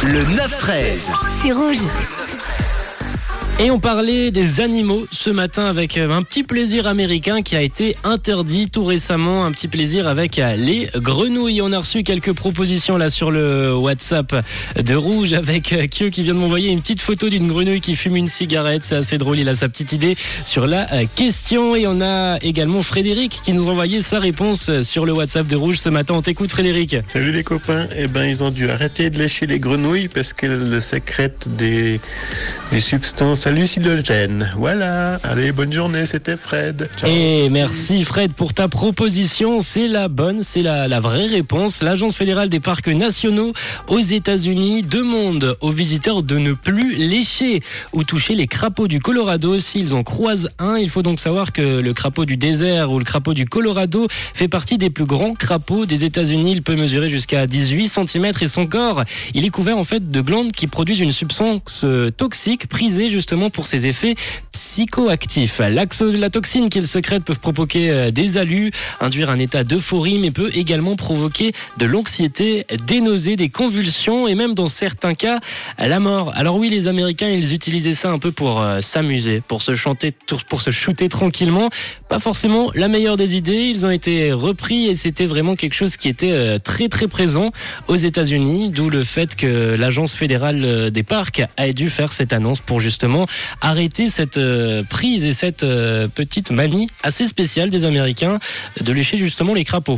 Le 9-13. C'est rouge. Et on parlait des animaux ce matin avec un petit plaisir américain qui a été interdit tout récemment, un petit plaisir avec les grenouilles. On a reçu quelques propositions là sur le WhatsApp de Rouge avec Kyo qui vient de m'envoyer une petite photo d'une grenouille qui fume une cigarette. C'est assez drôle, il a sa petite idée sur la question. Et on a également Frédéric qui nous a envoyé sa réponse sur le WhatsApp de Rouge ce matin. On t'écoute Frédéric. Salut les copains, ils ont dû arrêter de lécher les grenouilles parce qu'elles sécrètent des substances hallucinogènes. Voilà, allez, bonne journée, c'était Fred. Ciao. Et merci Fred pour ta proposition, c'est la bonne, c'est la vraie réponse. L'Agence fédérale des parcs nationaux aux États-Unis demande aux visiteurs de ne plus lécher ou toucher les crapauds du Colorado s'ils en croisent un. Il faut donc savoir que le crapaud du désert ou le crapaud du Colorado fait partie des plus grands crapauds des États-Unis. Il peut mesurer jusqu'à 18 cm et son corps, il est couvert en fait de glandes qui produisent une substance toxique prisée justement pour ses effets psychoactifs. La toxine qu'il sécrète peut provoquer des alus, induire un état d'euphorie, mais peut également provoquer de l'anxiété, des nausées, des convulsions et même dans certains cas la mort. Alors oui, les Américains, ils utilisaient ça un peu pour s'amuser, pour se shooter tranquillement. Pas forcément la meilleure des idées. Ils ont été repris et c'était vraiment quelque chose qui était très très présent aux États-Unis, d'où le fait que l'Agence fédérale des parcs a dû faire cette annonce pour justement arrêter cette prise et cette petite manie assez spéciale des Américains de lécher justement les crapauds.